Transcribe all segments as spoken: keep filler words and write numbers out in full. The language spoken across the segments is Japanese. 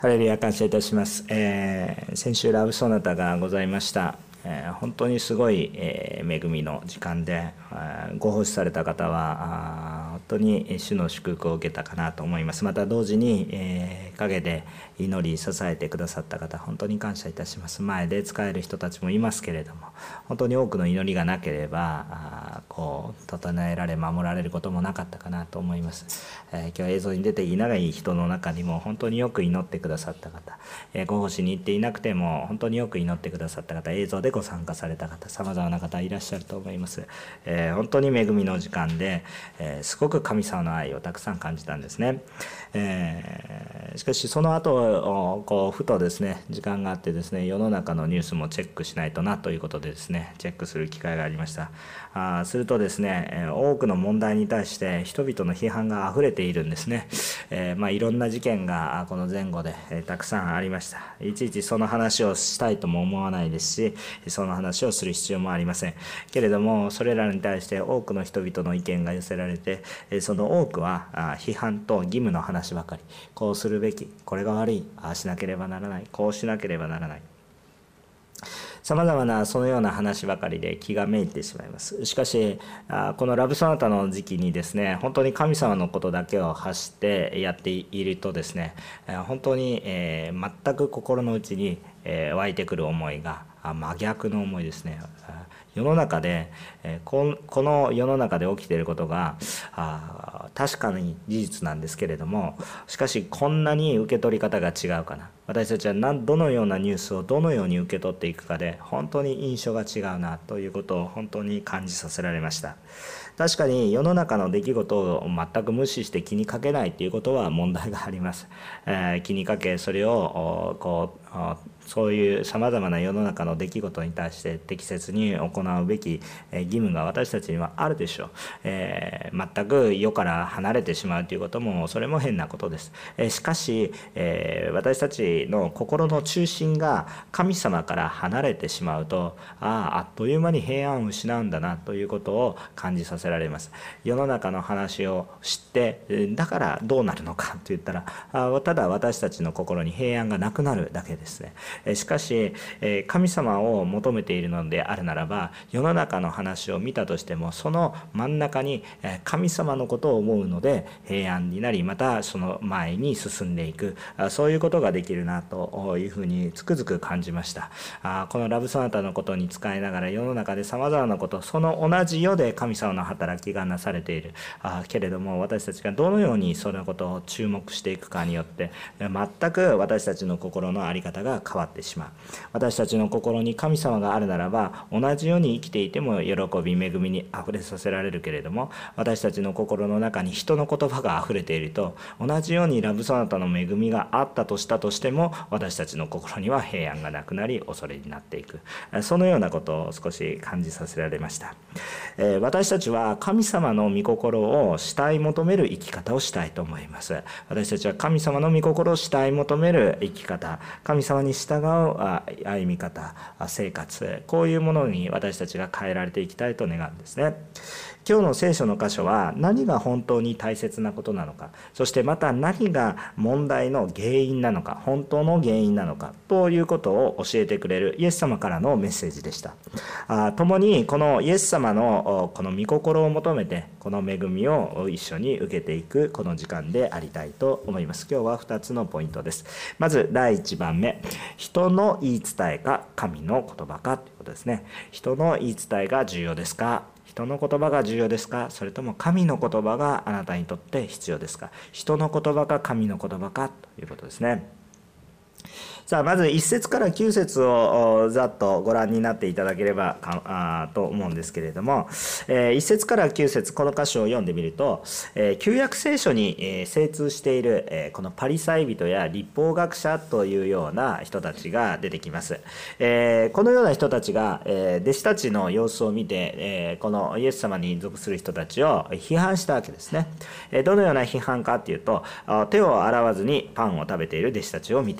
ハレルヤ、感謝いたします。えー、先週ラブソナタがございました。えー、本当にすごい、えー、恵みの時間で、えー、ご奉仕された方は本当に主の祝福を受けたかなと思います。また同時に、えー、陰で祈り支えてくださった方、本当に感謝いたします。前で使える人たちもいますけれども、本当に多くの祈りがなければあこう整えられ守られることもなかったかなと思います。えー、今日は映像に出ていない人の中にも本当によく祈ってくださった方、えー、ご奉仕に行っていなくても本当によく祈ってくださった方、映像でご参加された方、さまざまな方いらっしゃると思います。えー、本当に恵みの時間で、えー、すごく神様の愛をたくさん感じたんですね。えー、しかしその後こうふとですね時間があってですね、世の中のニュースもチェックしないとなということでですねチェックする機会がありました。あするとですね、多くの問題に対して人々の批判があふれているんですね。えー、まあいろんな事件がこの前後で、えー、たくさんありました。いちいちその話をしたいとも思わないですし、その話をする必要もありませんけれども、それらに対して多くの人々の意見が寄せられて、その多くは批判と義務の話ばかり。こうするべき、これが悪い、ああしなければならない、こうしなければならない、さまざまなそのような話ばかりで気がめいってしまいます。しかしこのラブソナタの時期にですね、本当に神様のことだけを発してやっているとですね、本当に全く心の内に湧いてくる思いが真逆の思いですね。世の中でこの世の中で起きていることが確かに事実なんですけれども、しかしこんなに受け取り方が違うかな、私たちは何どのようなニュースをどのように受け取っていくかで本当に印象が違うなということを本当に感じさせられました。確かに世の中の出来事を全く無視して気にかけないということは問題があります。えー、気にかけそれをこうそういうさまざまな世の中の出来事に対して適切に行うべき義務が私たちにはあるでしょう。えー、全く世から離れてしまうということもそれも変なことです。えー、しかし、えー、私たちの心の中心が神様から離れてしまうと、あああっという間に平安を失うんだなということを感じさせられます。世の中の話を知ってだからどうなるのかと言ったら、あただ私たちの心に平安がなくなるだけですね。しかし神様を求めているのであるならば、世の中の話を見たとしてもその真ん中に神様のことを思うので平安になり、またその前に進んでいく、そういうことができるなというふうにつくづく感じました。このラブソナタのことに使いながら世の中でさまざまなこと、その同じ世で神様の働きがなされているけれども、私たちがどのようにそのことを注目していくかによって全く私たちの心の在り方が変わってしまう。私たちの心に神様があるならば同じように生きていても喜び恵みにあふれさせられるけれども、私たちの心の中に人の言葉があふれていると、同じようにラブソナタの恵みがあったとしたとしても私たちの心には平安がなくなり恐れになっていく、そのようなことを少し感じさせられました。えー、私たちは神様の御心を慕い求める生き方をしたいと思います。私たちは神様の御心を慕い求める生き方、神様に従う歩み方、生活、こういうものに私たちが変えられていきたいと願うんですね。今日の聖書の箇所は何が本当に大切なことなのか、そしてまた何が問題の原因なのか、本当の原因なのかということを教えてくれるイエス様からのメッセージでした。あ共にこのイエス様のこの御心を求めてこの恵みを一緒に受けていくこの時間でありたいと思います。今日はふたつのポイントです。まずだいいちばんめ、人の言い伝えか神の言葉かということですね。人の言い伝えが重要ですか、人の言葉が重要ですか、それとも神の言葉があなたにとって必要ですか。人の言葉か神の言葉かということですね。さあまずいっ節からきゅう節をざっとご覧になっていただければかと思うんですけれども、いっ節からきゅう節この箇所を読んでみると、旧約聖書に精通しているこのパリサイ人や律法学者というような人たちが出てきます。このような人たちが弟子たちの様子を見てこのイエス様に属する人たちを批判したわけですね。どのような批判かというと、手を洗わずにパンを食べている弟子たちを見てそれ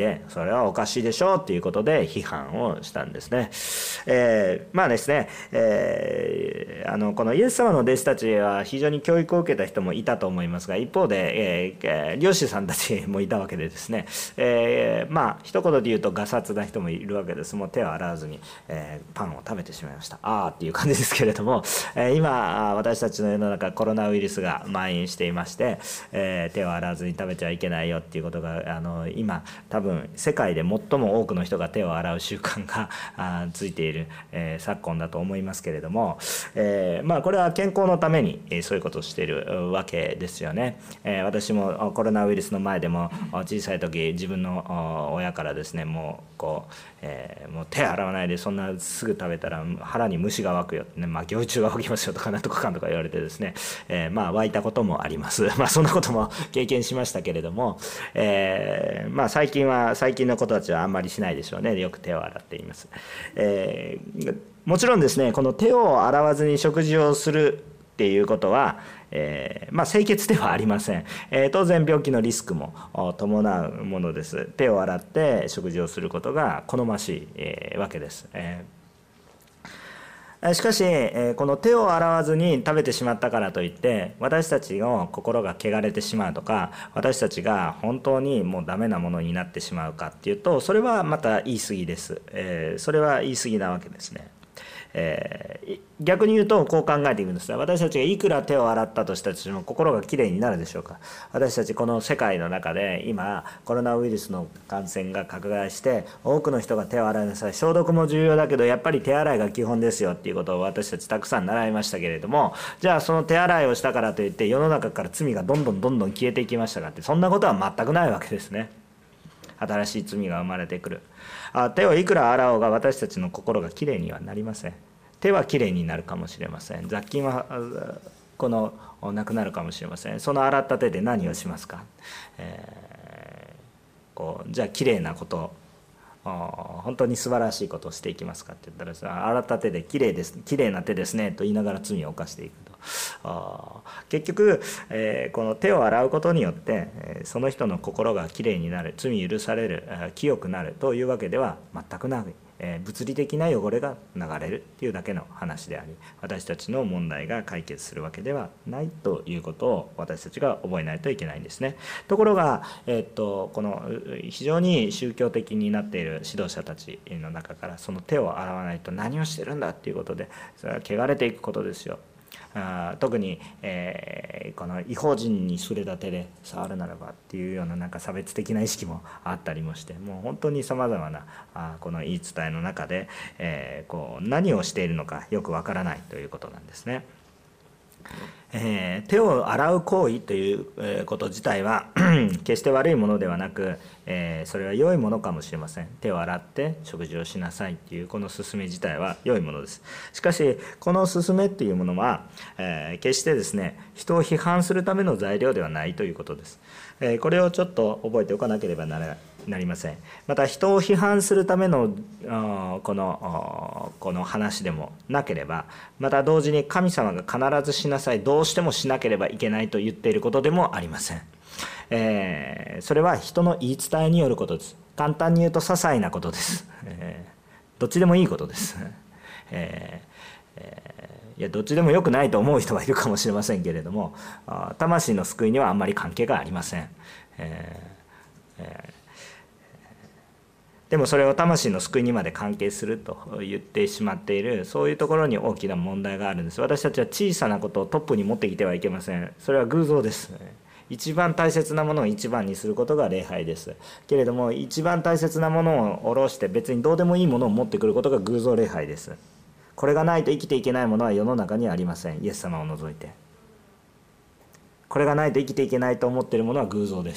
れはおかしいでしょうっていうことで批判をしたんですね。えー、まあですね、えー、あのこのイエス様の弟子たちは非常に教育を受けた人もいたと思いますが、一方で、えー、漁師さんたちもいたわけでですね、えー、まあ一言で言うとガサツな人もいるわけです。もう手を洗わずに、えー、パンを食べてしまいました。ああっていう感じですけれども、えー、今私たちの世の中コロナウイルスが蔓延していまして、えー、手を洗わずに食べちゃいけないよっていうことがあの今多分世界で最も多くの人が手を洗う習慣があついている、えー、昨今だと思いますけれども、えー、まあこれは健康のために、えー、そういうことをしているわけですよね。えー、私もコロナウイルスの前でも小さい時自分の親からですね、もうこう、えー、もう手洗わないでそんなすぐ食べたら腹に虫が湧くよってね、まあ蟯虫が湧きますよとかなんとかかんとか言われてですね、えー、まあ湧いたこともあります。まあそんなことも経験しましたけれども、えー、まあ最近は最近の子たちはあんまりしないでしょうね。よく手を洗っています。えー、もちろんですね、この手を洗わずに食事をするっていうことは、えーまあ、清潔ではありません。えー、当然病気のリスクも伴うものです。手を洗って食事をすることが好ましい、えー、わけです。えーしかし、この手を洗わずに食べてしまったからといって私たちの心が汚れてしまうとか、私たちが本当にもうダメなものになってしまうかっていうと、それはまた言い過ぎです。えー、それは言い過ぎなわけですね。えー、逆に言うとこう考えていくんですが、私たちがいくら手を洗ったとしても心がきれいになるでしょうか。私たちこの世界の中で今コロナウイルスの感染が拡大して多くの人が手を洗いなさい、消毒も重要だけどやっぱり手洗いが基本ですよっていうことを私たちたくさん習いましたけれども、じゃあその手洗いをしたからといって世の中から罪がどんどんどんどん消えていきましたかって、そんなことは全くないわけですね。新しい罪が生まれてくる。あ、手をいくら洗おうが私たちの心がきれいにはなりません。手はきれいになるかもしれません。雑菌はこのなくなるかもしれません。その洗った手で何をしますか。えー、こうじゃあきれいなこと、本当に素晴らしいことをしていきますかって言ったらさ、洗った手できれいですきれいな手ですねと言いながら罪を犯していくと。結局、えー、この手を洗うことによってその人の心がきれいになる、罪許される、清くなるというわけでは全くない。物理的な汚れが流れるっていうだけの話であり、私たちの問題が解決するわけではないということを私たちが覚えないといけないんですね。ところが、えっと、この非常に宗教的になっている指導者たちの中から、その手を洗わないと何をしてるんだっていうことで、それは汚れていくことですよ。あ特に、えー、この異邦人に触れた手で触るならばっていうようななんか差別的な意識もあったりもして、もう本当にさまざまなあこの言い伝えの中で、えー、こう何をしているのかよくわからないということなんですね。えー、手を洗う行為ということ自体は決して悪いものではなく、えー、それは良いものかもしれません。手を洗って食事をしなさいっていうこの勧め自体は良いものです。しかしこの勧めっていうものは、えー、決してですね人を批判するための材料ではないということです。えー、これをちょっと覚えておかなければならないなりません。また人を批判するためのこのこの話でもなければ、また同時に神様が必ずしなさい、どうしてもしなければいけないと言っていることでもありません。えー、それは人の言い伝えによることです。簡単に言うと些細なことです。えー、どっちでもいいことです。えーえー、いやどっちでもよくないと思う人はいるかもしれませんけれども、魂の救いにはあんまり関係がありません。えーえーでもそれを魂の救いにまで関係すると言ってしまっている、そういうところに大きな問題があるんです。私たちは小さなことをトップに持ってきてはいけません。それは偶像です。一番大切なものを一番にすることが礼拝です。けれども一番大切なものを下ろして別にどうでもいいものを持ってくることが偶像礼拝です。これがないと生きていけないものは世の中にはありません。イエス様を除いて。これがないと生きていけないと思っているものは偶像です。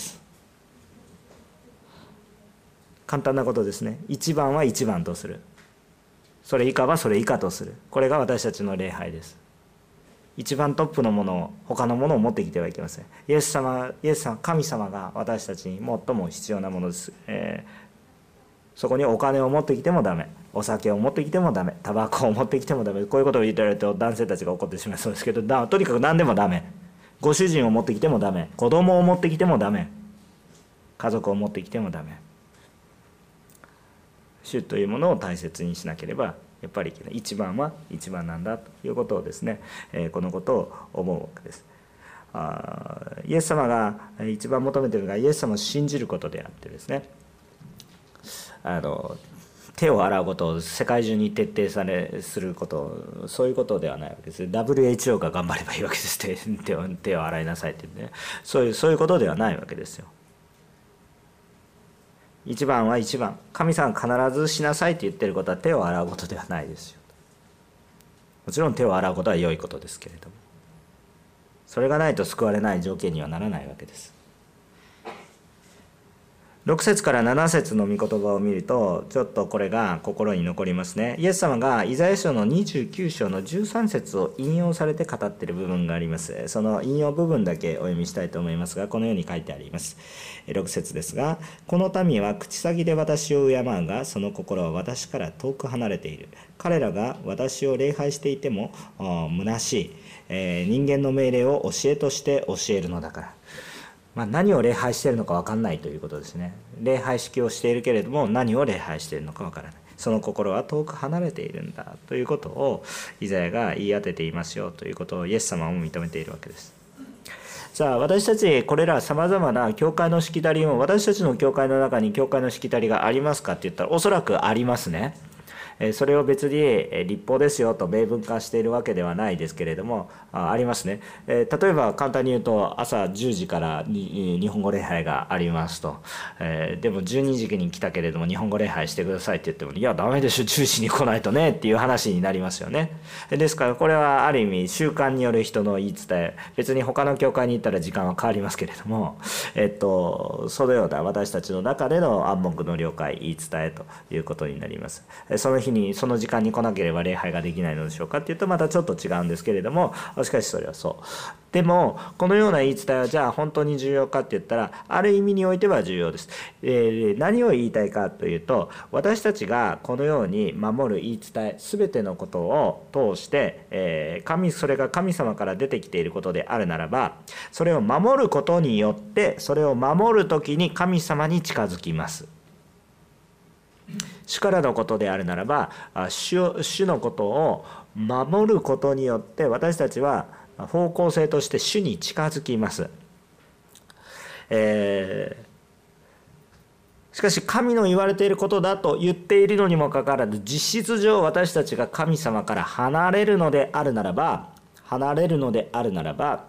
簡単なことですね。一番は一番とする。それ以下はそれ以下とする。これが私たちの礼拝です。一番トップのものを、他のものを持ってきてはいけません。イエス様、イエス様、神様が私たちに最も必要なものです。えー、そこにお金を持ってきてもダメ。お酒を持ってきてもダメ。タバコを持ってきてもダメ。こういうことを言ってられると男性たちが怒ってしまいそうですけど、だとにかく何でもダメ。ご主人を持ってきてもダメ。子供を持ってきてもダメ。家族を持ってきてもダメ。 主というものを大切にしなければやっぱりいけない。一番は一番なんだということをですね、えー、このことを思うわけです。あイエス様が一番求めているのがイエス様を信じることであってですね、あの手を洗うことを世界中に徹底されすること、そういうことではないわけです。 ダブリューエイチオー が頑張ればいいわけです。手, 手, を手を洗いなさいって言ってね、そういうそういうことではないわけですよ。一番は一番、神様が必ずしなさいって言ってることは手を洗うことではないですよ。もちろん手を洗うことは良いことですけれども、それがないと救われない条件にはならないわけです。ろく節からなな節の御言葉を見るとちょっとこれが心に残りますね。イエス様がイザヤ書のにじゅうきゅう章のじゅうさん節を引用されて語っている部分があります。その引用部分だけお読みしたいと思いますが、このように書いてあります。ろく節ですが、この民は口先で私を敬うがその心は私から遠く離れている。彼らが私を礼拝していても虚しい、えー、人間の命令を教えとして教えるのだから。まあ、何を礼拝しているのか分かんないということですね。礼拝式をしているけれども何を礼拝しているのか分からない。その心は遠く離れているんだということをイザヤが言い当てていますよということをイエス様も認めているわけです。さあ私たちこれらさまざまな教会のしきたりも、私たちの教会の中に教会のしきたりがありますかって言ったらおそらくありますね。それを別に立法ですよと明文化しているわけではないですけれども、ありますね。例えば簡単に言うと朝じゅうじから日本語礼拝がありますと、でもじゅうにじに来たけれども日本語礼拝してくださいって言っても、いやダメでしょじゅうじに来ないとねっていう話になりますよね。ですからこれはある意味習慣による人の言い伝え、別に他の教会に行ったら時間は変わりますけれども、えっとそのような私たちの中での暗黙の了解、言い伝えということになります。その日にその時間に来なければ礼拝ができないのでしょうかっていうとまたちょっと違うんですけれども、しかしそれはそう。でもこのような言い伝えはじゃあ本当に重要かって言ったら、ある意味においては重要です。えー、何を言いたいかというと、私たちがこのように守る言い伝え全てのことを通して、えー、神それが神様から出てきていることであるならば、それを守ることによってそれを守る時に神様に近づきます。主からのことであるならば、主、主のことを守ることによって私たちは方向性として主に近づきます。えー、しかし神の言われていることだと言っているのにもかかわらず、実質上私たちが神様から離れるのであるならば離れるのであるならば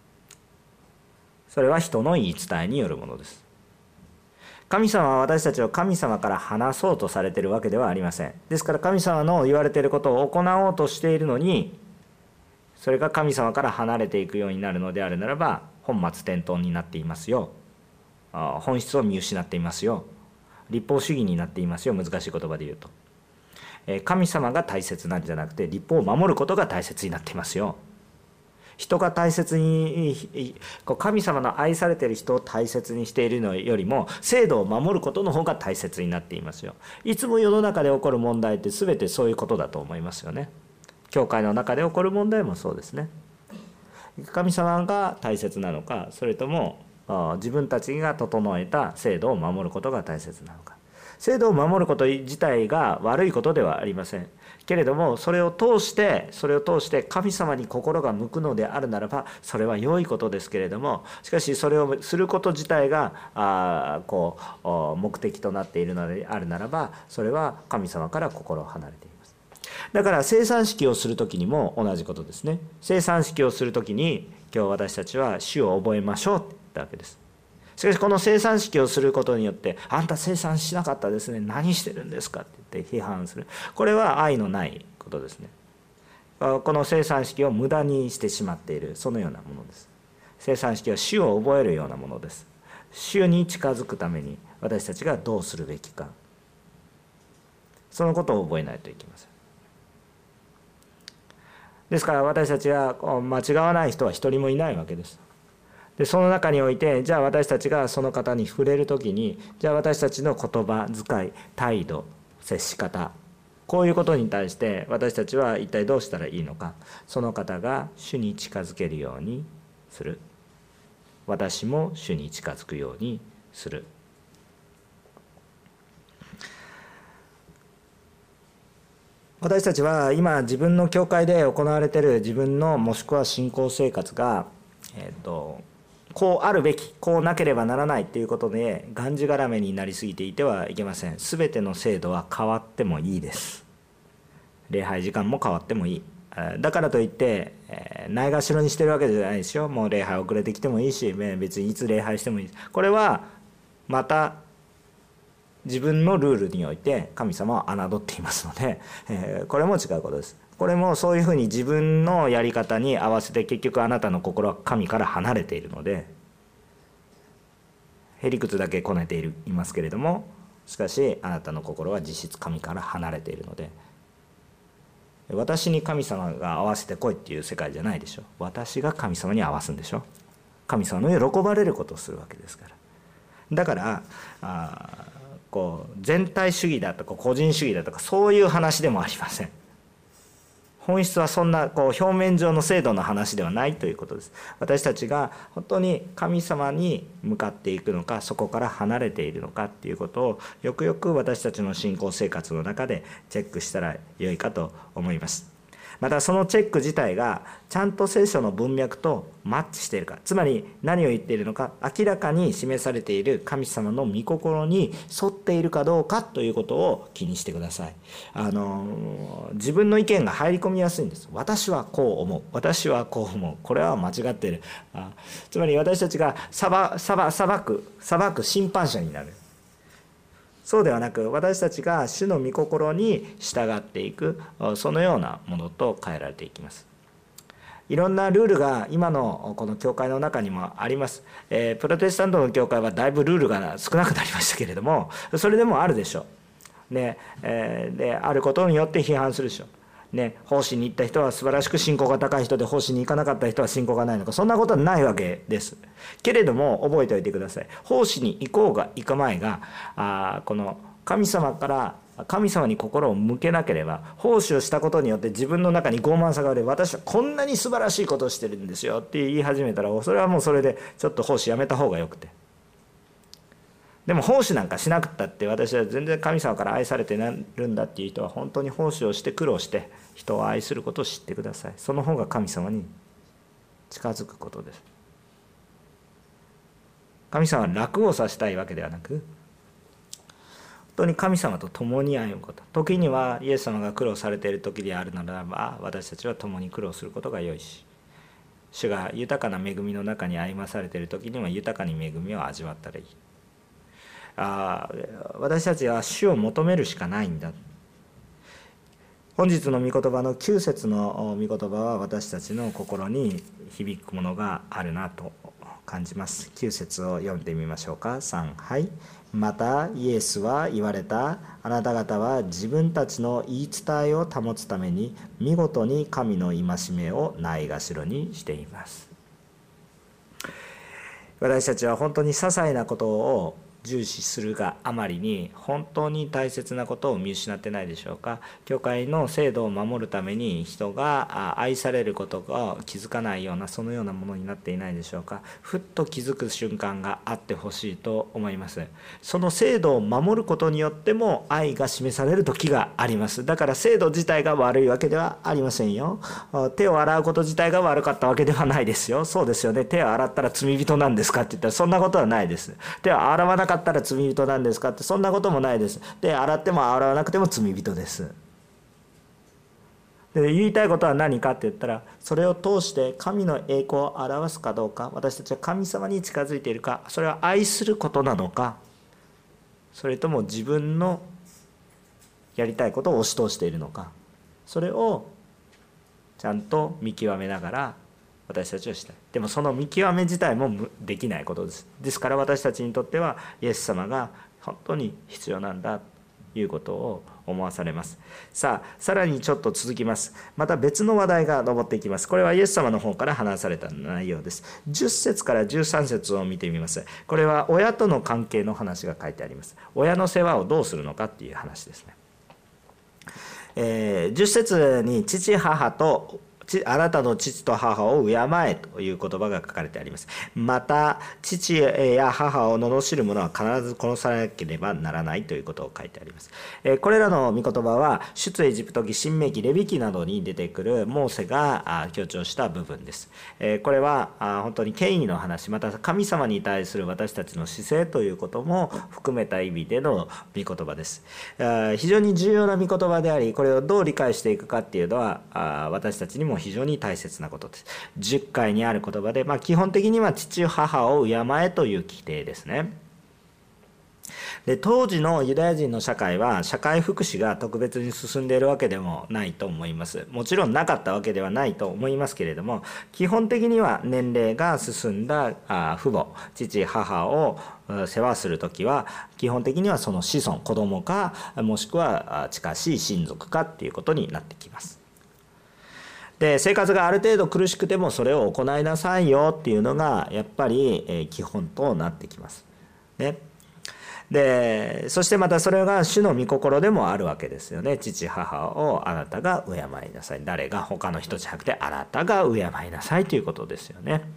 それは人の言い伝えによるものです。神様は私たちを神様から離そうとされているわけではありません。ですから神様の言われていることを行おうとしているのに、それが神様から離れていくようになるのであるならば本末転倒になっていますよ。本質を見失っていますよ。立法主義になっていますよ。難しい言葉で言うと、神様が大切なんじゃなくて立法を守ることが大切になっていますよ。人が大切に、神様の愛されている人を大切にしているのよりも制度を守ることの方が大切になっていますよ。いつも世の中で起こる問題って全てそういうことだと思いますよね。教会の中で起こる問題もそうですね。神様が大切なのか、それとも自分たちが整えた制度を守ることが大切なのか。制度を守ること自体が悪いことではありませんけれども、それを通してそれを通して神様に心が向くのであるならばそれは良いことですけれども、しかしそれをすること自体があこう目的となっているのであるならば、それは神様から心を離れています。だから生産式をする時にも同じことですね。生産式をする時に今日私たちは主を覚えましょうって言ったわけです。しかしこの生産式をすることによって、あんた生産しなかったですね、何してるんですかって言って批判する。これは愛のないことですね。この生産式を無駄にしてしまっている、そのようなものです。生産式は主を覚えるようなものです。主に近づくために私たちがどうするべきか、そのことを覚えないといけません。ですから私たちは間違わない人は一人もいないわけです。でその中において、じゃあ私たちがその方に触れるときに、じゃあ私たちの言葉遣い、態度、接し方、こういうことに対して私たちは一体どうしたらいいのか。その方が主に近づけるようにする。私も主に近づくようにする。 私たちは今自分の教会で行われている自分のもしくは信仰生活が、えーと、こうあるべき、こうなければならないということでがんじがらめになりすぎていてはいけません。すべての制度は変わってもいいです。礼拝時間も変わってもいい。だからといって、えー、ないがしろにしてるわけじゃないですよ。もう礼拝遅れてきてもいいし、別にいつ礼拝してもいいです。これはまた自分のルールにおいて神様は侮っていますので、えー、これも違うことです。これもそういうふうに自分のやり方に合わせて結局あなたの心は神から離れているので、へりくつだけこねているいますけれども、しかしあなたの心は実質神から離れているので、私に神様が合わせてこいっていう世界じゃないでしょ。私が神様に合わすんでしょ。神様の喜ばれることをするわけですから。だからあこう全体主義だとか個人主義だとかそういう話でもありません。本質はそんなこう表面上の制度の話ではないということです。私たちが本当に神様に向かっていくのか、そこから離れているのかっていうことをよくよく私たちの信仰生活の中でチェックしたらよいかと思います。またそのチェック自体がちゃんと聖書の文脈とマッチしているか、つまり何を言っているのか明らかに示されている神様の御心に沿っているかどうかということを気にしてください。あの自分の意見が入り込みやすいんです。私はこう思う、私はこう思う、これは間違っている。あつまり私たちが裁裁裁く裁く審判者になる。そうではなく、私たちが主の御心に従っていく、そのようなものと変えられていきます。いろんなルールが今のこの教会の中にもあります。えー、プロテスタントの教会はだいぶルールが少なくなりましたけれども、それでもあるでしょう。ねえー、であることによって批判するでしょう。ね、奉仕に行った人は素晴らしく信仰が高い人で、奉仕に行かなかった人は信仰がないのか、そんなことはないわけです。けれども覚えておいてください。奉仕に行こうが行かまいが、あこの神様から神様に心を向けなければ、奉仕をしたことによって自分の中に傲慢さがある、私はこんなに素晴らしいことをしてるんですよって言い始めたら、それはもうそれでちょっと奉仕やめた方がよくて。でも奉仕なんかしなくったって、私は全然神様から愛されてるんだっていう人は、本当に奉仕をして苦労して人を愛することを知ってください。その方が神様に近づくことです。神様は楽をさせたいわけではなく、本当に神様と共に歩むこと。時にはイエス様が苦労されている時であるならば、私たちは共に苦労することが良いし、主が豊かな恵みの中に歩まされている時には豊かに恵みを味わったらいい。あ私たちは主を求めるしかないんだ。本日の御言葉のきゅう節の御言葉は私たちの心に響くものがあるなと感じます。きゅう節を読んでみましょうか。さん、はい。またイエスは言われた。あなた方は自分たちの言い伝えを保つために見事に神の戒めをないがしろにしています。私たちは本当に些細なことを重視するがあまりに、本当に大切なことを見失ってないでしょうか。教会の制度を守るために人が愛されることが気づかないような、そのようなものになっていないでしょうか。ふっと気づく瞬間があってほしいと思います。その制度を守ることによっても愛が示される時があります。だから制度自体が悪いわけではありませんよ。手を洗うこと自体が悪かったわけではないですよ。そうですよね。手を洗ったら罪人なんですかって言ったら、そんなことはないです。手を洗わなかったら罪人なんですかって、そんなこともないです。で、洗っても洗わなくても罪人です。で、言いたいことは何かって言ったら、それを通して神の栄光を表すかどうか、私たちは神様に近づいているか、それは愛することなのか、それとも自分のやりたいことを押し通しているのか、それをちゃんと見極めながら私たちはしたい。でもその見極め自体もできないことです。ですから私たちにとってはイエス様が本当に必要なんだということを思わされます。さあ、さらにちょっと続きます。また別の話題が上っていきます。これはイエス様の方から話された内容です。じゅっ節からじゅうさん節を見てみます。これは親との関係の話が書いてあります。親の世話をどうするのかっていう話ですね。えー、じゅっ節に父母とあなたの父と母を敬えという言葉が書かれてあります。また父や母を罵る者は必ず殺さなければならないということを書いてあります。これらの御言葉は出エジプト記、申命記、レビ記などに出てくるモーセが強調した部分です。これは本当に権威の話、また神様に対する私たちの姿勢ということも含めた意味での御言葉です。非常に重要な御言葉であり、これをどう理解していくかっていうのは私たちにも非常に大切なことです。じゅっかいにある言葉で、まあ、基本的には父母を敬えという規定ですね。で当時のユダヤ人の社会は社会福祉が特別に進んでいるわけでもないと思います。もちろんなかったわけではないと思いますけれども、基本的には年齢が進んだ父母父母を世話するときは基本的にはその子孫子供かもしくは近しい親族かっていうことになってきます。で生活がある程度苦しくてもそれを行いなさいよっていうのがやっぱり基本となってきますね。でそしてまたそれが主の御心でもあるわけですよね。父母をあなたが敬いなさい。誰が他の人じゃなくてあなたが敬いなさいということですよね。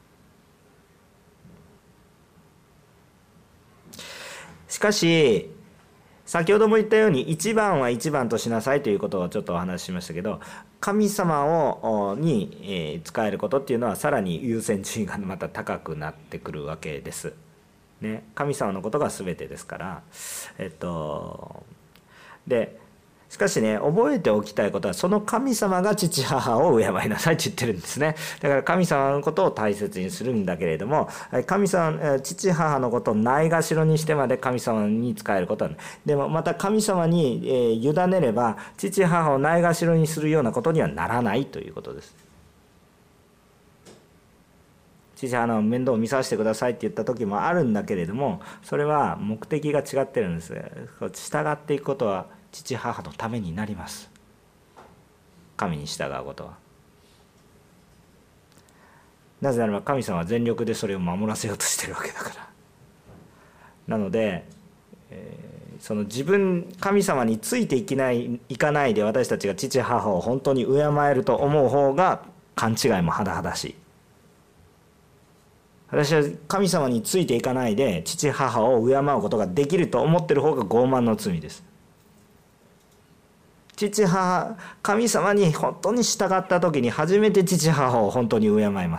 しかし先ほども言ったように一番は一番としなさいということをちょっとお話ししましたけど、神様をに使えることっていうのはさらに優先順位がまた高くなってくるわけです。ね、神様のことが全てですから、えっとでしかしね覚えておきたいことはその神様が父母を敬いなさいって言ってるんですね。だから神様のことを大切にするんだけれども、神様父母のことをないがしろにしてまで神様に仕えることはない。でもまた神様に、えー、委ねれば父母をないがしろにするようなことにはならないということです。父母の面倒を見させてくださいって言った時もあるんだけれども、それは目的が違ってるんです。従っていくことは父母のためになります。神に従うことは。なぜならば神様は全力でそれを守らせようとしてるわけだから。なので、えー、その自分神様についていけないいかないで私たちが父母を本当に敬えると思う方が勘違いも甚だしい。私は神様についていかないで父母を敬うことができると思っている方が傲慢の罪です。父母神様に本当に従った時に初めて父母を本当に敬います。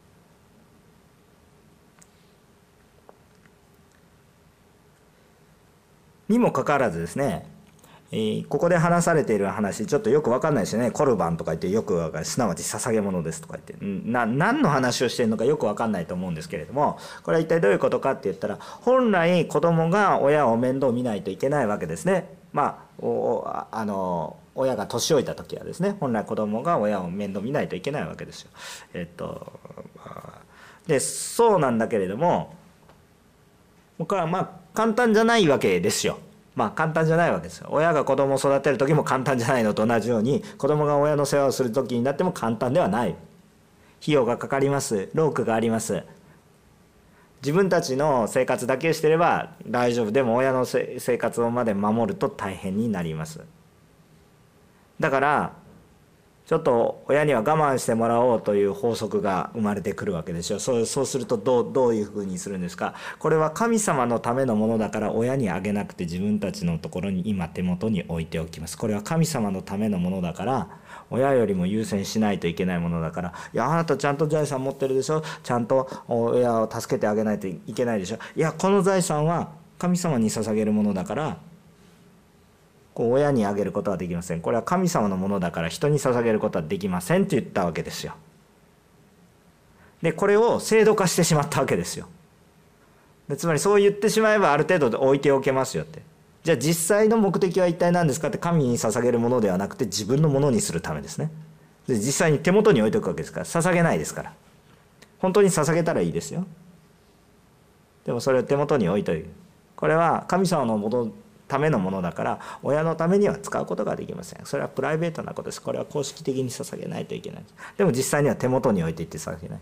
にもかかわらずですね、えー、ここで話されている話ちょっとよく分かんないですよね。コルバンとか言ってよく分かる、すなわち捧げ物ですとか言ってな何の話をしているのかよく分かんないと思うんですけれども、これは一体どういうことかって言ったら、本来子供が親を面倒見ないといけないわけですね。まあおあの親が年老いた時はですね、本来子供が親を面倒見ないといけないわけですよ。えっとでそうなんだけれども、これはまあ簡単じゃないわけですよ。まあ簡単じゃないわけですよ。親が子供を育てる時も簡単じゃないのと同じように、子供が親の世話をする時になっても簡単ではない。費用がかかります。労苦があります。自分たちの生活だけしてれば大丈夫。でも親の生活をまで守ると大変になります。だからちょっと親には我慢してもらおうという法則が生まれてくるわけですよ。そう、そうするとどう、どういうふうにするんですか。これは神様のためのものだから親にあげなくて自分たちのところに今手元に置いておきます。これは神様のためのものだから親よりも優先しないといけないものだから、いやあなたちゃんと財産持ってるでしょ、ちゃんと親を助けてあげないといけないでしょ、いやこの財産は神様に捧げるものだから親にあげることはできません。これは神様のものだから人に捧げることはできませんって言ったわけですよ。でこれを制度化してしまったわけですよ。でつまりそう言ってしまえばある程度置いておけますよって。じゃあ実際の目的は一体何ですかって、神に捧げるものではなくて自分のものにするためですね。で実際に手元に置いておくわけですから、捧げないですから。本当に捧げたらいいですよ。でもそれを手元に置いといて、これは神様のものためのものだから親のためには使うことができません。それはプライベートなことです。これは公式的に捧げないといけない。でも実際には手元に置いていって捧げないです。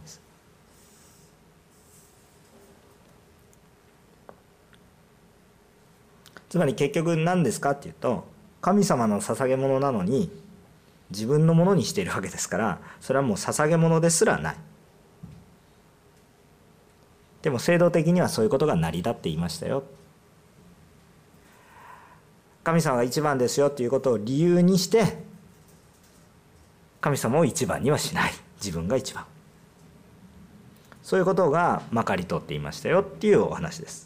つまり結局何ですかっていうと、神様の捧げ物なのに自分のものにしているわけですから、それはもう捧げ物ですらない。でも制度的にはそういうことが成り立っていましたよ。神様が一番ですよということを理由にして神様を一番にはしない、自分が一番、そういうことがまかり通っていましたよっていうお話です。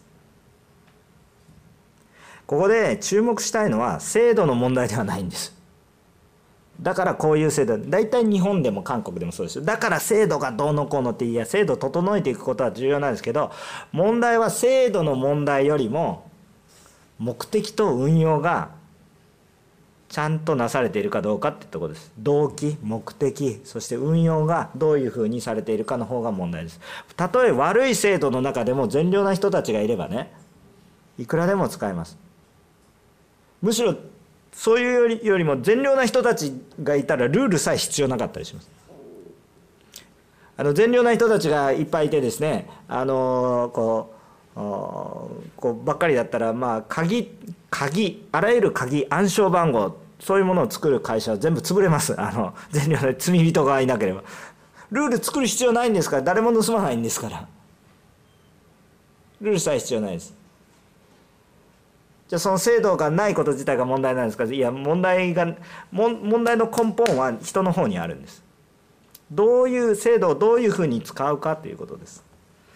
ここで注目したいのは制度の問題ではないんです。だからこういう制度、大体日本でも韓国でもそうですよ。だから制度がどうのこうのって、いや制度を整えていくことは重要なんですけど、問題は制度の問題よりも目的と運用がちゃんとなされているかどうかってところです。動機、目的、そして運用がどういうふうにされているかの方が問題です。たとえ悪い制度の中でも善良な人たちがいればね、いくらでも使えます。むしろそういうよりよりも善良な人たちがいたらルールさえ必要なかったりします。あの善良な人たちがいっぱいいてですね、あのこうこうばっかりだったら、まあ鍵鍵あらゆる鍵、暗証番号、そういうものを作る会社は全部潰れます。あの善良な罪人がいなければ。ルール作る必要ないんですから、誰も盗まないんですから、ルールさえ必要ないです。じゃあその制度がないこと自体が問題なんですか。いや、問題が問題の根本は人の方にあるんです。どういう制度をどういうふうに使うかということです。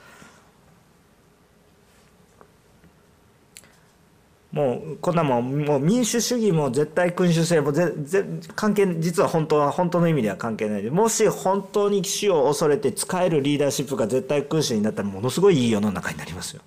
もうこんなもん、もう民主主義も絶対君主制もぜぜ関係、実は本当は本当の意味では関係ないで、もし本当に死を恐れて使えるリーダーシップが絶対君主になったら、ものすごいいい世の中になりますよ、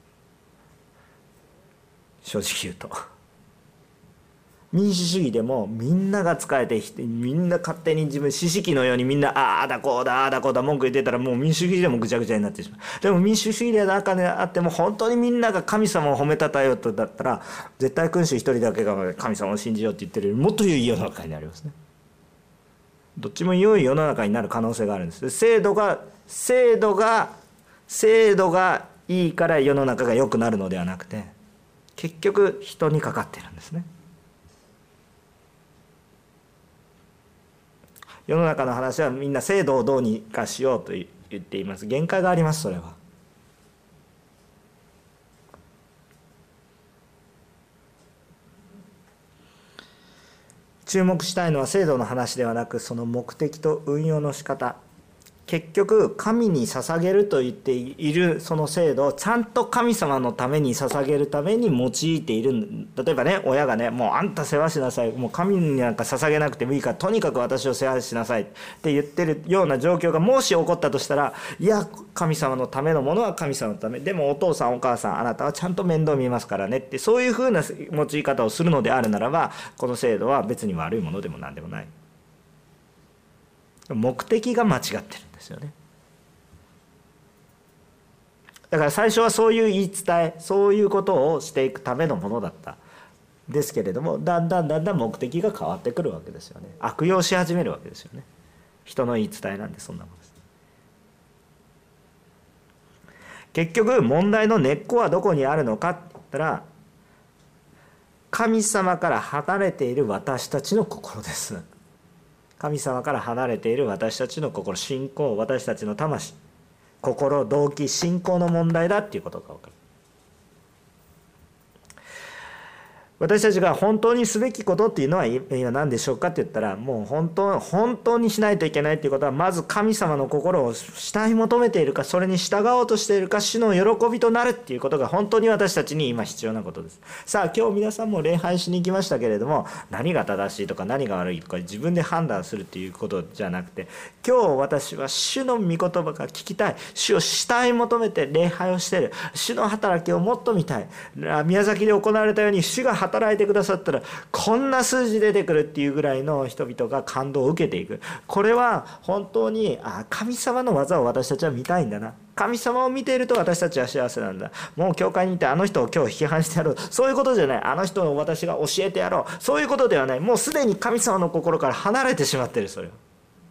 正直言うと。民主主義でもみんなが使えて、みんな勝手に自分、知識のようにみんなああだこうだああだこうだ文句言ってたら、もう民主主義でもぐちゃぐちゃになってしまう。でも民主主義で中であっても、本当にみんなが神様を褒めたたえようとだったら、絶対君主一人だけが神様を信じようって言ってるよりもっといい世の中になりますね。どっちも良い世の中になる可能性があるんです。制度が制度が制度がいいから世の中が良くなるのではなくて、結局人にかかっているんですね。世の中の話はみんな制度をどうにかしようと言っています。限界があります。それは注目したいのは制度の話ではなく、その目的と運用の仕方。結局神に捧げると言っているその制度をちゃんと神様のために捧げるために用いている。例えばね、親がね、もうあんた世話しなさい、もう神になんか捧げなくてもいいからとにかく私を世話しなさいって言ってるような状況がもし起こったとしたら、いや神様のためのものは神様のため、でもお父さんお母さんあなたはちゃんと面倒見ますからねって、そういうふうな用い方をするのであるならば、この制度は別に悪いものでも何でもない。目的が間違ってるんですよね。だから最初はそういう言い伝え、そういうことをしていくためのものだったですけれども、だんだんだんだん目的が変わってくるわけですよね。悪用し始めるわけですよね。人の言い伝えなんでそんなものです。結局問題の根っこはどこにあるのかって言ったら、神様から離れている私たちの心です。神様から離れている私たちの心、信仰、私たちの魂、心、動機、信仰の問題だっていうことが分かる。私たちが本当にすべきことっていうのは今何でしょうかって言ったら、もう本当本当にしないといけないっていうことは、まず神様の心を慕い求めているか、それに従おうとしているか、主の喜びとなるっていうことが本当に私たちに今必要なことです。さあ今日皆さんも礼拝しに行きましたけれども、何が正しいとか何が悪いとか自分で判断するっていうことじゃなくて、今日私は主の御言葉が聞きたい、主を慕い求めて礼拝をしている、主の働きをもっと見たい、宮崎で行われたように主が働いてくださったらこんな数字出てくるっていうぐらいの人々が感動を受けていく。これは本当にあ神様の技を私たちは見たいんだな、神様を見ていると私たちは幸せなんだ、もう教会に行ってあの人を今日批判してやろう、そういうことじゃない、あの人を私が教えてやろう、そういうことではない。もうすでに神様の心から離れてしまっている。それを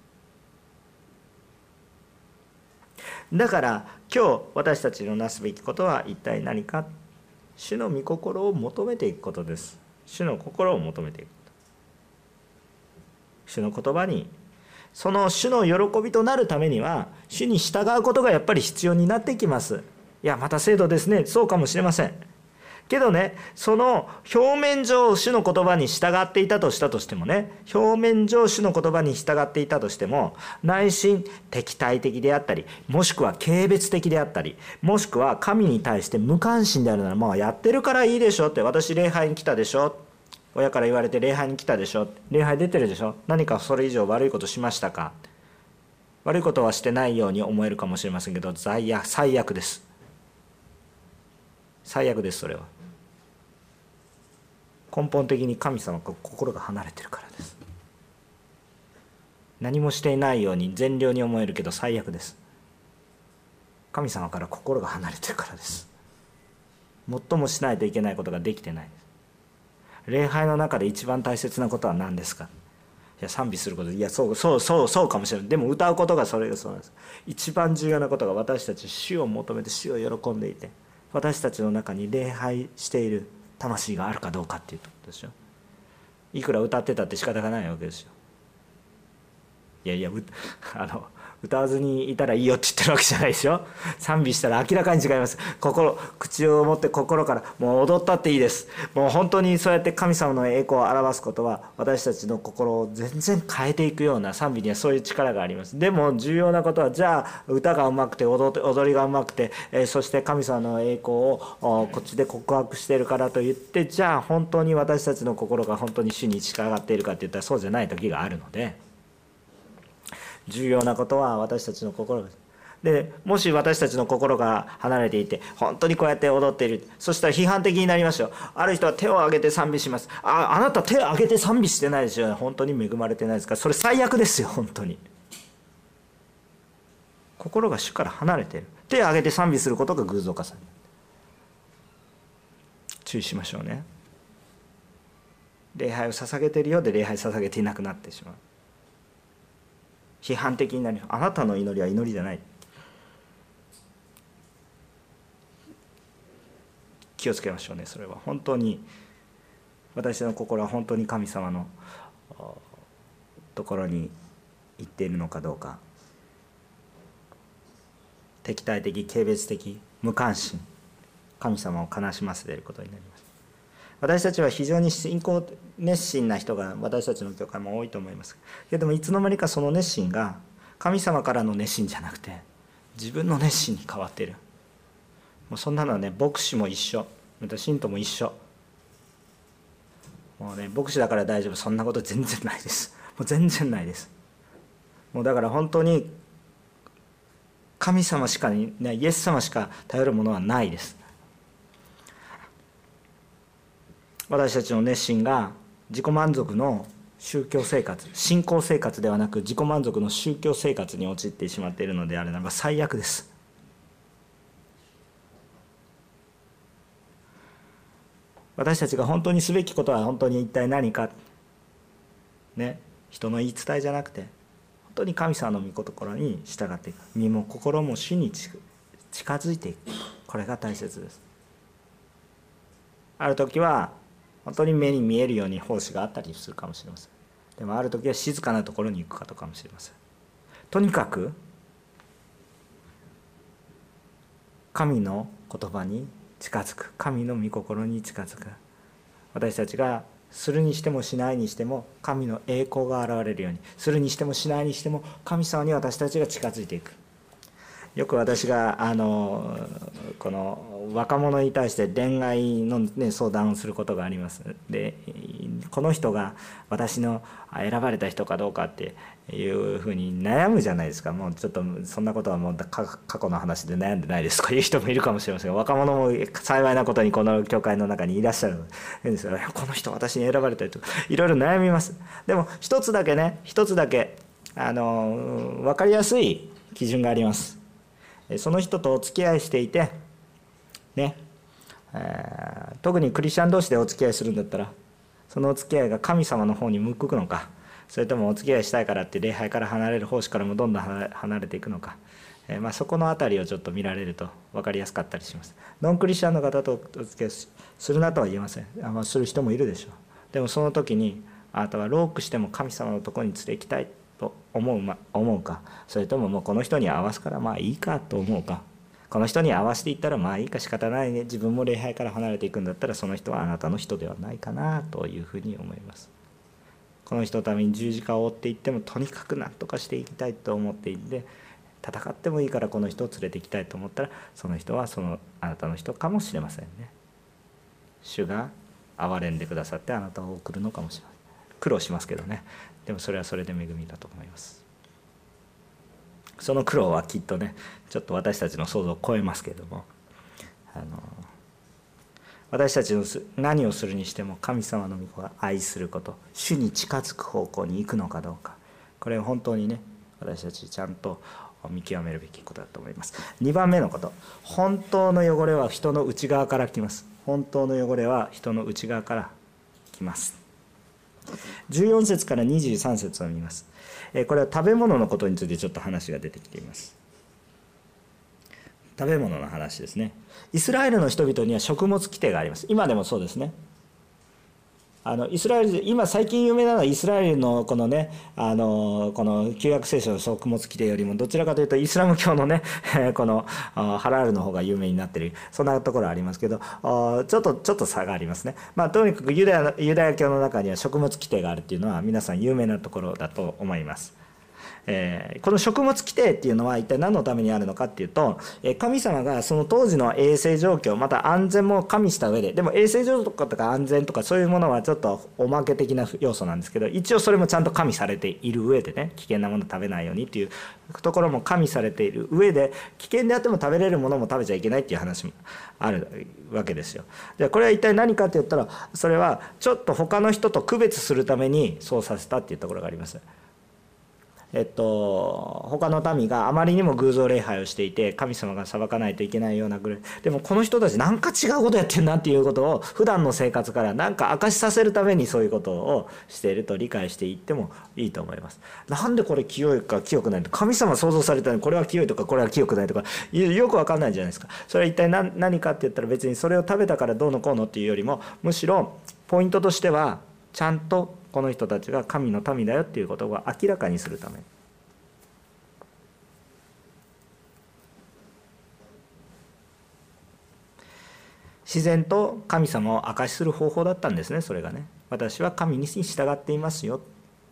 だから今日私たちのなすべきことは一体何か。主の御心を求めていくことです。主の心を求めていく。 主の言葉に、その主の喜びとなるためには主に従うことがやっぱり必要になってきます。いやまた制度ですね、そうかもしれませんけどね、その表面上主の言葉に従っていたとしたとしてもね、表面上主の言葉に従っていたとしても、内心敵対的であったり、もしくは軽蔑的であったり、もしくは神に対して無関心であるなら、まあやってるからいいでしょって、私礼拝に来たでしょ、親から言われて礼拝に来たでしょ、礼拝出てるでしょ、何かそれ以上悪いことしましたか。悪いことはしてないように思えるかもしれませんけど、最悪、最悪です。最悪です。それは根本的に神様から心が離れてるからです。何もしていないように善良に思えるけど最悪です。神様から心が離れてるからです。最もしないといけないことができてないです。礼拝の中で一番大切なことは何ですか。いや賛美すること、いやそうそうそうそうかもしれない。でも歌うことがそれがそうなんです。一番重要なことが、私たち主を求めて主を喜んでいて、私たちの中に礼拝している魂があるかどうかっていうことでしょ。いくら歌ってたって仕方がないわけですよ。いやいやあの歌わずにいたらいいよって言ってるわけじゃないでしょ。賛美したら明らかに違います。心、口を持って心からもう踊ったっていいです。もう本当にそうやって神様の栄光を表すことは、私たちの心を全然変えていくような、賛美にはそういう力があります。でも重要なことは、じゃあ歌がうまくて 踊, 踊りがうまくて、えー、そして神様の栄光をこっちで告白しているからといって、じゃあ本当に私たちの心が本当に主に従っているかっていったらそうじゃない時があるので、重要なことは私たちの心です。でもし私たちの心が離れていて、本当にこうやって踊っている、そしたら批判的になりますよ。ある人は手を挙げて賛美します。ああなた手を挙げて賛美してないですよね。本当に恵まれてないですから、それ最悪ですよ。本当に心が主から離れている。手を挙げて賛美することが偶像化される。注意しましょうね。礼拝を捧げているようで礼拝捧げていなくなってしまう。批判的になり、あなたの祈りは祈りじゃない。気をつけましょうね。それは本当に、私の心は本当に神様のところに行っているのかどうか。敵対的、軽蔑的、無関心、神様を悲しませていることになります。私たちは非常に信仰熱心な人が私たちの教会も多いと思います。けれどもいつの間にかその熱心が神様からの熱心じゃなくて自分の熱心に変わっている。もうそんなのはね、牧師も一緒、また信徒も一緒。もうね、牧師だから大丈夫、そんなこと全然ないです。もう全然ないです。もうだから本当に神様しかに、ね、イエス様しか頼るものはないです。私たちの熱心が自己満足の宗教生活、信仰生活ではなく自己満足の宗教生活に陥ってしまっているのであるならば最悪です。私たちが本当にすべきことは本当に一体何か、ね、人の言い伝えじゃなくて本当に神様の御心に従っていく、身も心も主に近づいていく、これが大切です。ある時は本当に目に見えるように奉仕があったりするかもしれません。でもある時は静かなところに行くかもしれません。とにかく神の言葉に近づく、神の御心に近づく。私たちがするにしてもしないにしても神の栄光が現れるように、するにしてもしないにしても神様に私たちが近づいていく。よく私があのこの若者に対して恋愛の、ね、相談をすることがあります。でこの人が私の選ばれた人かどうかっていうふうに悩むじゃないですか。もうちょっとそんなことはもう過去の話で悩んでないですとかいう人もいるかもしれませんが、若者も幸いなことにこの教会の中にいらっしゃるんですが、この人私に選ばれたりとかいろいろ悩みます。でも一つだけね一つだけあの分かりやすい基準があります。その人とお付き合いしていてね、えー、特にクリスチャン同士でお付き合いするんだったら、そのお付き合いが神様の方に向くのか、それともお付き合いしたいからって礼拝から離れる奉仕からもどんどん離れていくのか、えーまあ、そこのあたりをちょっと見られると分かりやすかったりします。ノンクリスチャンの方とお付き合いするなとは言えません。あ、まあ、する人もいるでしょう。でもその時にあなたは労苦しても神様のところに連れて行きたいと思う、ま、思うか、それとももうこの人に合わすからまあいいかと思うか、この人に合わせていったらまあいいか仕方ないね、自分も礼拝から離れていくんだったらその人はあなたの人ではないかなというふうに思います。この人のために十字架を追っていってもとにかく何とかしていきたいと思っていて、戦ってもいいからこの人を連れて行きたいと思ったらその人はそのあなたの人かもしれませんね。主が憐れんでくださってあなたを送るのかもしれません。苦労しますけどね、でもそれはそれで恵みだと思います。その苦労はきっとねちょっと私たちの想像を超えますけれども、あの私たちの何をするにしても神様の御子が愛すること、主に近づく方向に行くのかどうか、これを本当にね私たちちゃんと見極めるべきことだと思います。にばんめのこと、本当の汚れは人の内側から来ます。本当の汚れは人の内側から来ます。じゅうよん節からにじゅうさん節を見ます。これは食べ物のことについてちょっと話が出てきています。食べ物の話ですね。イスラエルの人々には食物規定があります。今でもそうですね。あのイスラエルで今最近有名なのはイスラエルのこのねあのこの旧約聖書の食物規定よりもどちらかというとイスラム教のねこのハラールの方が有名になっている、そんなところありますけど、ちょっとちょっと差がありますね。まあとにかくユダヤユダヤ教の中には食物規定があるっていうのは皆さん有名なところだと思います。えー、この食物規定っていうのは一体何のためにあるのかっていうと、神様がその当時の衛生状況また安全も加味した上で、でも衛生状況とか安全とかそういうものはちょっとおまけ的な要素なんですけど、一応それもちゃんと加味されている上でね、危険なもの食べないようにっていうところも加味されている上で、危険であっても食べれるものも食べちゃいけないっていう話もあるわけですよ。じゃあこれは一体何かって言ったら、それはちょっと他の人と区別するためにそうさせたっていうところがあります。えっと、他の民があまりにも偶像礼拝をしていて神様が裁かないといけないようなぐらい、でもこの人たちなんか違うことやってんなっていうことを普段の生活からなんか明かしさせるためにそういうことをしていると理解していってもいいと思います。なんでこれ清いか清くないと、神様創造されたのにこれは清いとかこれは清くないとかよく分かんないじゃないですか。それは一体 何, 何かって言ったら別にそれを食べたからどうのこうのっていうよりも、むしろポイントとしてはちゃんとこの人たちが神の民だよっていうことを明らかにするため、自然と神様を証しする方法だったんですね。それがね、私は神に従っていますよ、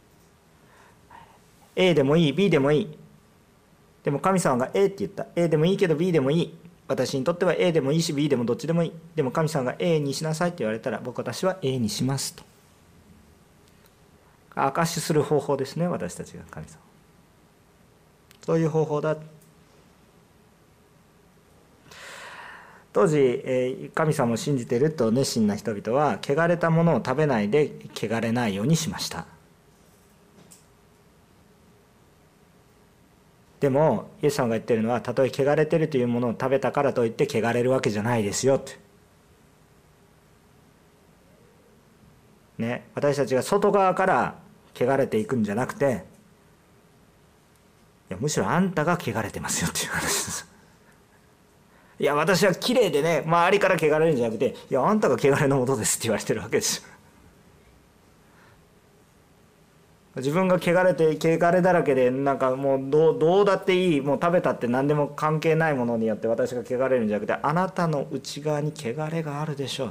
A でもいい B でもいい、でも神様が A って言った、 A でもいいけど B でもいい、私にとっては A でもいいし B でもどっちでもいい、でも神様が A にしなさいって言われたら僕私は A にしますと証しする方法ですね。私たちが神様、そういう方法だ。当時神様を信じていると熱心な人々は汚れたものを食べないで汚れないようにしました。でもイエス様が言っているのは、たとえ汚れているというものを食べたからといって汚れるわけじゃないですよって、ね、私たちが外側から汚れていくんじゃなくて、いやむしろあんたが汚れてますよっていう話です。いや私は綺麗でね周りから汚れるんじゃなくて、いやあんたが汚れのもとですって言われてるわけですよ。自分が汚れて汚れだらけでなんかもうどう、どうだっていい、もう食べたって何でも関係ないものによって私が汚れるんじゃなくて、あなたの内側に汚れがあるでしょうって、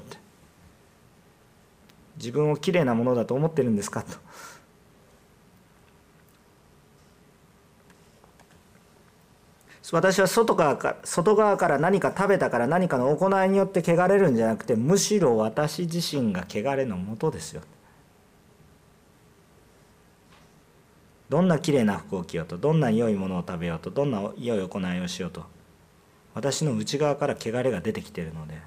自分を綺麗なものだと思ってるんですかと。私は外側から外側から何か食べたから何かの行いによって汚れるんじゃなくて、むしろ私自身が汚れのもとですよ。どんなきれいな服を着ようと、どんな良いものを食べようと、どんな良い行いをしようと、私の内側から汚れが出てきているので、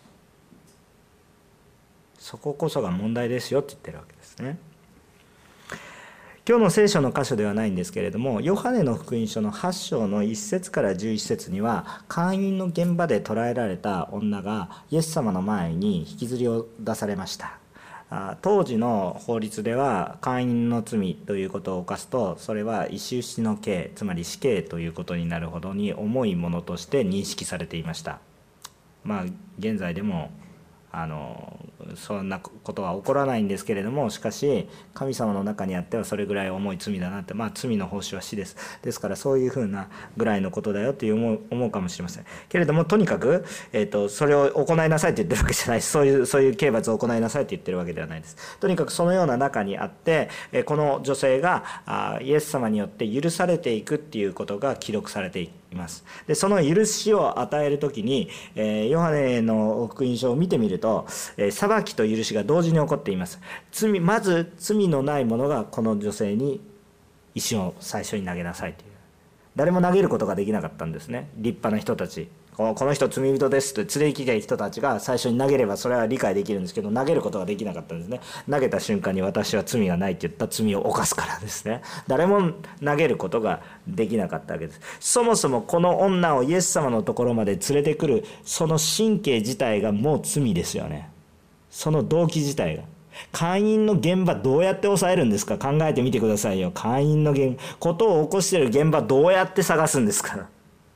そここそが問題ですよって言ってるわけですね。今日の聖書の箇所ではないんですけれども、ヨハネの福音書のはち章のいち節からじゅういち節には、姦淫の現場で捕らえられた女がイエス様の前に引きずりを出されました。当時の法律では姦淫の罪ということを犯すと、それは石打ちの刑、つまり死刑ということになるほどに重いものとして認識されていました。まあ現在でもあのそんなことは起こらないんですけれども、しかし神様の中にあってはそれぐらい重い罪だなって、まあ罪の報酬は死です。ですからそういうふうなぐらいのことだよっていう思う思うかもしれませんけれども、とにかく、えー、とそれを行いなさいって言ってるわけじゃないです。そういうそういう刑罰を行いなさいって言ってるわけではないです。とにかくそのような中にあって、えー、この女性があイエス様によって許されていくっていうことが記録されています。でその許しを与えるときに、えー、ヨハネの福音書を見てみると、えー、裁きと許しが同時に起こっています。罪まず罪のない者がこの女性に石を最初に投げなさいという、誰も投げることができなかったんですね。立派な人たち、この人罪人ですと連れてきた人たちが最初に投げればそれは理解できるんですけど、投げることができなかったんですね。投げた瞬間に私は罪がないって言った罪を犯すからですね。誰も投げることができなかったわけです。そもそもこの女をイエス様のところまで連れてくるその神経自体がもう罪ですよね。その動機自体が。姦淫の現場どうやって抑えるんですか。考えてみてくださいよ。姦淫の現ことを起こしている現場どうやって探すんですか。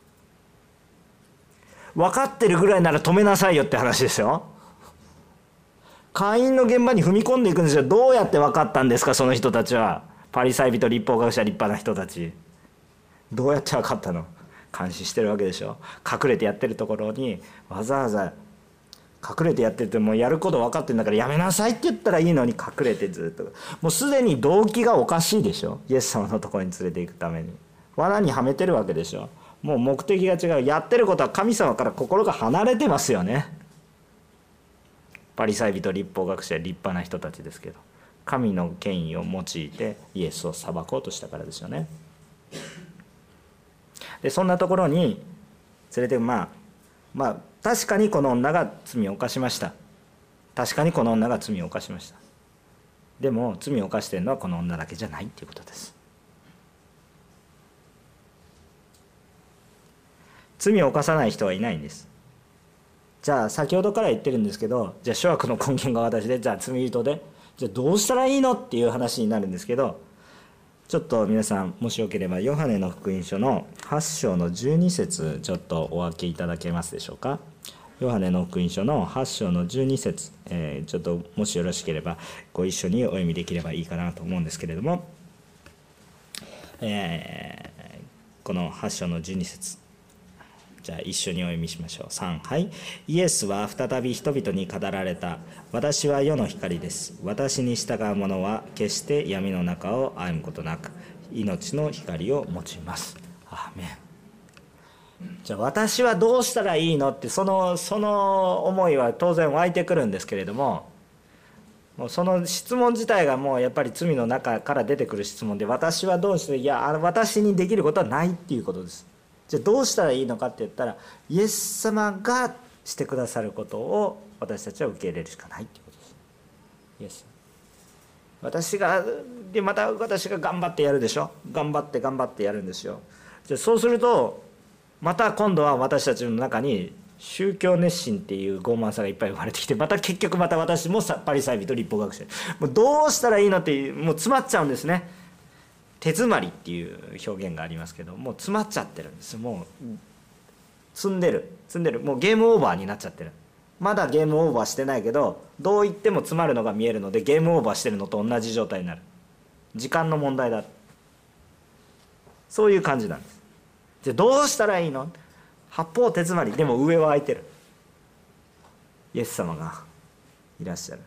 分かってるぐらいなら止めなさいよって話ですよ。姦淫の現場に踏み込んでいくんですよ。どうやって分かったんですか、その人たちは。パリサイ人、律法学者、立派な人たち、どうやって分かったの。監視してるわけでしょ。隠れてやってるところにわざわざ隠れてやってて、もうやること分かってるんだからやめなさいって言ったらいいのに隠れてずっと、もうすでに動機がおかしいでしょ。イエス様のところに連れていくために罠にはめてるわけでしょ。もう目的が違う。やってることは神様から心が離れてますよね。パリサイ人、律法学者、立派な人たちですけど、神の権威を用いてイエスを裁こうとしたからですよね。でそんなところに連れてまあまあ確かにこの女が罪を犯しました。確かにこの女が罪を犯しました。でも罪を犯しているのはこの女だけじゃないっていうことです。罪を犯さない人はいないんです。じゃあ先ほどから言ってるんですけど、じゃあ諸悪の根源が私で、じゃあ罪人で、じゃあどうしたらいいのっていう話になるんですけど、ちょっと皆さんもしよければヨハネの福音書のはち章のじゅうに節ちょっとお分けいただけますでしょうか。ヨハネの福音書のはち章のじゅうに節、えー、ちょっともしよろしければご一緒にお読みできればいいかなと思うんですけれども、えー、このはち章のじゅうに節、じゃあ一緒にお読みしましょう。さん、はい。イエスは再び人々に語られた。私は世の光です。私に従う者は決して闇の中を歩むことなく命の光を持ちます。アーメン。じゃあ私はどうしたらいいのって、そのその思いは当然湧いてくるんですけれども、もうその質問自体がもうやっぱり罪の中から出てくる質問で、私はどうして、いや私にできることはないっていうことです。じゃあどうしたらいいのかって言ったら、イエス様がしてくださることを私たちは受け入れるしかないっていうことです。イエス、私がでまた私が頑張ってやるでしょ。頑張って頑張ってやるんですよ。じゃあそうするとまた今度は私たちの中に宗教熱心っていう傲慢さがいっぱい生まれてきて、また結局また私もパリサイ人、立法学者、もうどうしたらいいのってもう詰まっちゃうんですね。手詰まりっていう表現がありますけど、もう詰まっちゃってるんです。もう積んでる積んでるもうゲームオーバーになっちゃってる。まだゲームオーバーしてないけど、どう言っても詰まるのが見えるのでゲームオーバーしてるのと同じ状態になる。時間の問題だ、そういう感じなんです。じゃあどうしたらいいの。八方手詰まり、でも上は空いてる。イエス様がいらっしゃる。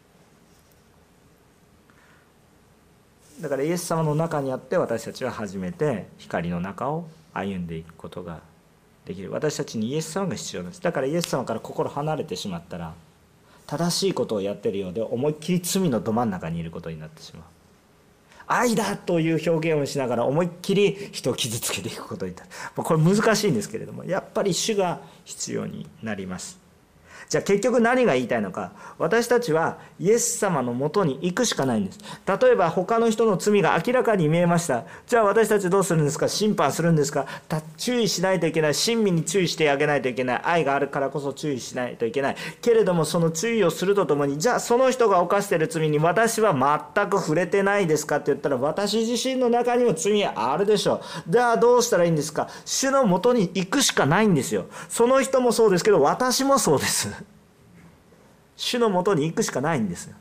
だからイエス様の中にあって私たちは初めて光の中を歩んでいくことができる。私たちにイエス様が必要です。だからイエス様から心離れてしまったら、正しいことをやっているようで思いっきり罪のど真ん中にいることになってしまう。愛だという表現をしながら思いっきり人を傷つけていくことになる。これ難しいんですけれども、やっぱり主が必要になります。じゃあ結局何が言いたいのか。私たちはイエス様のもとに行くしかないんです。例えば他の人の罪が明らかに見えました。じゃあ私たちどうするんですか。審判するんですか。注意しないといけない。親身に注意してあげないといけない。愛があるからこそ注意しないといけない。けれどもその注意をするとともに、じゃあその人が犯している罪に私は全く触れてないですかって言ったら、私自身の中にも罪はあるでしょう。ではどうしたらいいんですか。主のもとに行くしかないんですよ。その人もそうですけど私もそうです。 主のもとに行くしかないんですよ。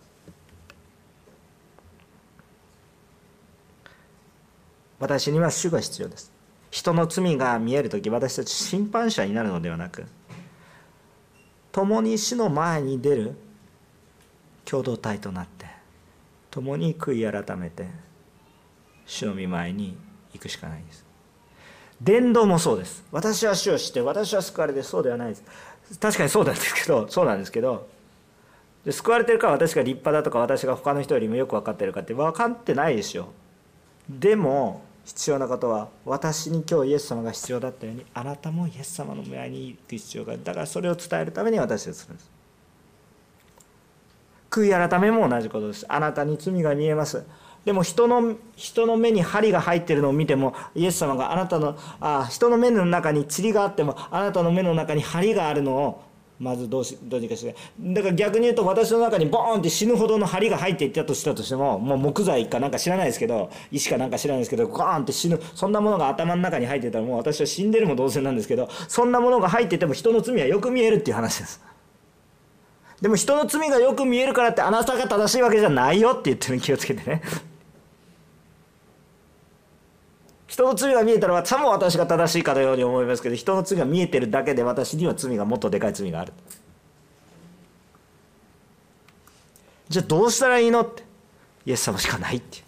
私には主が必要です。人の罪が見えるとき、私たち審判者になるのではなく、共に主の前に出る共同体となって、共に悔い改めて主の御前に行くしかないんです。伝道もそうです。私は主を知って私は救われて、そうではないです。確かにそうなんですけどそうなんですけどで救われてるから私が立派だとか、私が他の人よりもよく分かってるかって分かってないでしょ。でも必要なことは、私に今日イエス様が必要だったように、あなたもイエス様の前に行く必要がある。だからそれを伝えるために私はするんです。悔い改めも同じことです。あなたに罪が見えます。でも人の人の目に針が入っているのを見ても、イエス様があなたのあ人の目の中に塵があっても、あなたの目の中に針があるのをまずどうしどうにかして、だから逆に言うと、私の中にボーンって死ぬほどの針が入っていったとしたとしても、もう木材かなんか知らないですけど、石かなんか知らないですけど、ゴーンって死ぬ、そんなものが頭の中に入っていたら、もう私は死んでるも同然なんですけど、そんなものが入っていても人の罪はよく見えるっていう話です。でも人の罪がよく見えるからってあなたが正しいわけじゃないよって言ってるの気をつけてね。人の罪が見えたらさも私が正しいかのように思いますけど、人の罪が見えてるだけで私には罪がもっとでかい罪がある。じゃあどうしたらいいのって、イエス様しかないって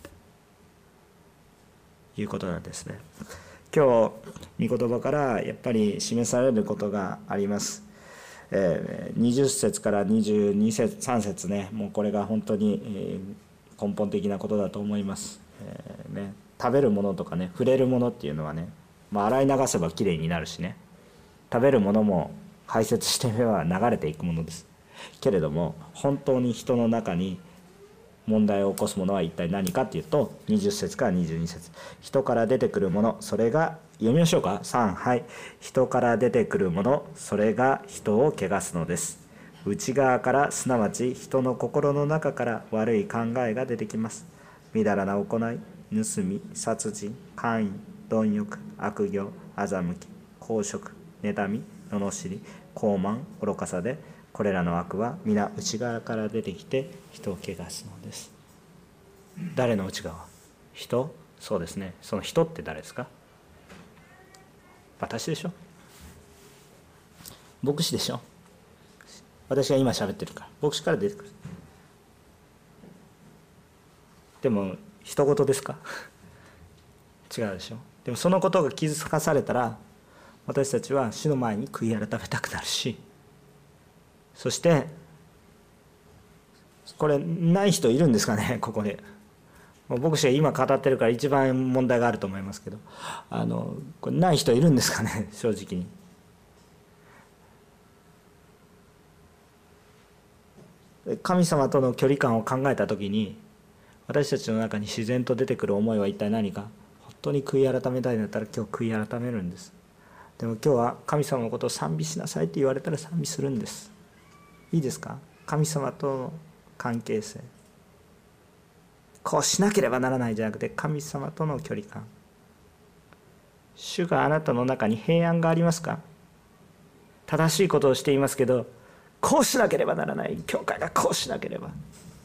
いうことなんですね。今日御言葉からやっぱり示されることがあります。えー、にじゅっ節からにじゅうに節さん節ね、もうこれが本当に、えー、根本的なことだと思います。えーね食べるものとかね、触れるものっていうのはね、まあ、洗い流せばきれいになるしね、食べるものも排泄してみれば流れていくものです。けれども本当に人の中に問題を起こすものは一体何かっていうと、にじゅっ節からにじゅうに節、人から出てくるもの、それが、読みましょうか。さん、はい。人から出てくるもの、それが人を汚すのです。内側から、すなわち人の心の中から悪い考えが出てきます。みだらな行い、盗み、殺人、姦淫、貪欲、悪行、欺き、公職、妬み、罵り、傲慢、愚かさで、これらの悪は皆内側から出てきて人を汚すのです。誰の内側？人？そうですね。その人って誰ですか？私でしょ。牧師でしょ。私が今喋ってるから牧師から出てくる。でも人事ですか？違うでしょ。でもそのことが気づかされたら、私たちは主の前に悔い改めたくなるし、そしてこれない人いるんですかね。ここで牧師が今語ってるから一番問題があると思いますけど、あのこれない人いるんですかね。正直に神様との距離感を考えた時に、私たちの中に自然と出てくる思いは一体何か。本当に悔い改めたいんだったら今日悔い改めるんです。でも今日は神様のことを賛美しなさいって言われたら賛美するんです。いいですか。神様との関係性、こうしなければならないじゃなくて、神様との距離感。主があなたの中に平安がありますか。正しいことをしていますけど、こうしなければならない、教会がこうしなければ、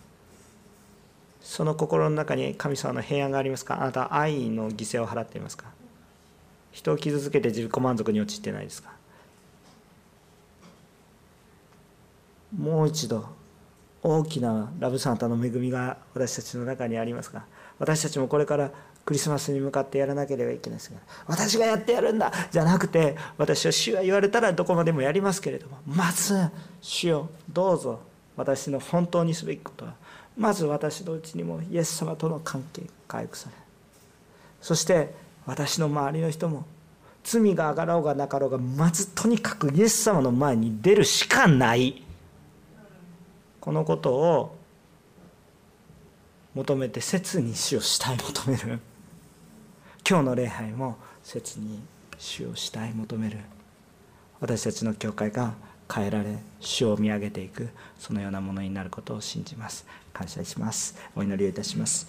その心の中に神様の平安がありますか。あなたは愛の犠牲を払っていますか。人を傷つけて自己満足に陥ってないですか。もう一度大きなラブサンタの恵みが私たちの中にありますが、私たちもこれからクリスマスに向かってやらなければいけないですが、私がやってやるんだじゃなくて、私は主が言われたらどこまでもやりますけれども、まず主よどうぞ、私の本当にすべきことは、まず私のうちにもイエス様との関係が回復され、そして私の周りの人も罪が上がろうがなかろうが、まずとにかくイエス様の前に出るしかない、このことを求めて切に主を慕い求める。今日の礼拝も切に主を慕い求める、私たちの教会が変えられ、主を見上げていく、そのようなものになることを信じます。感謝します。お祈りをいたします。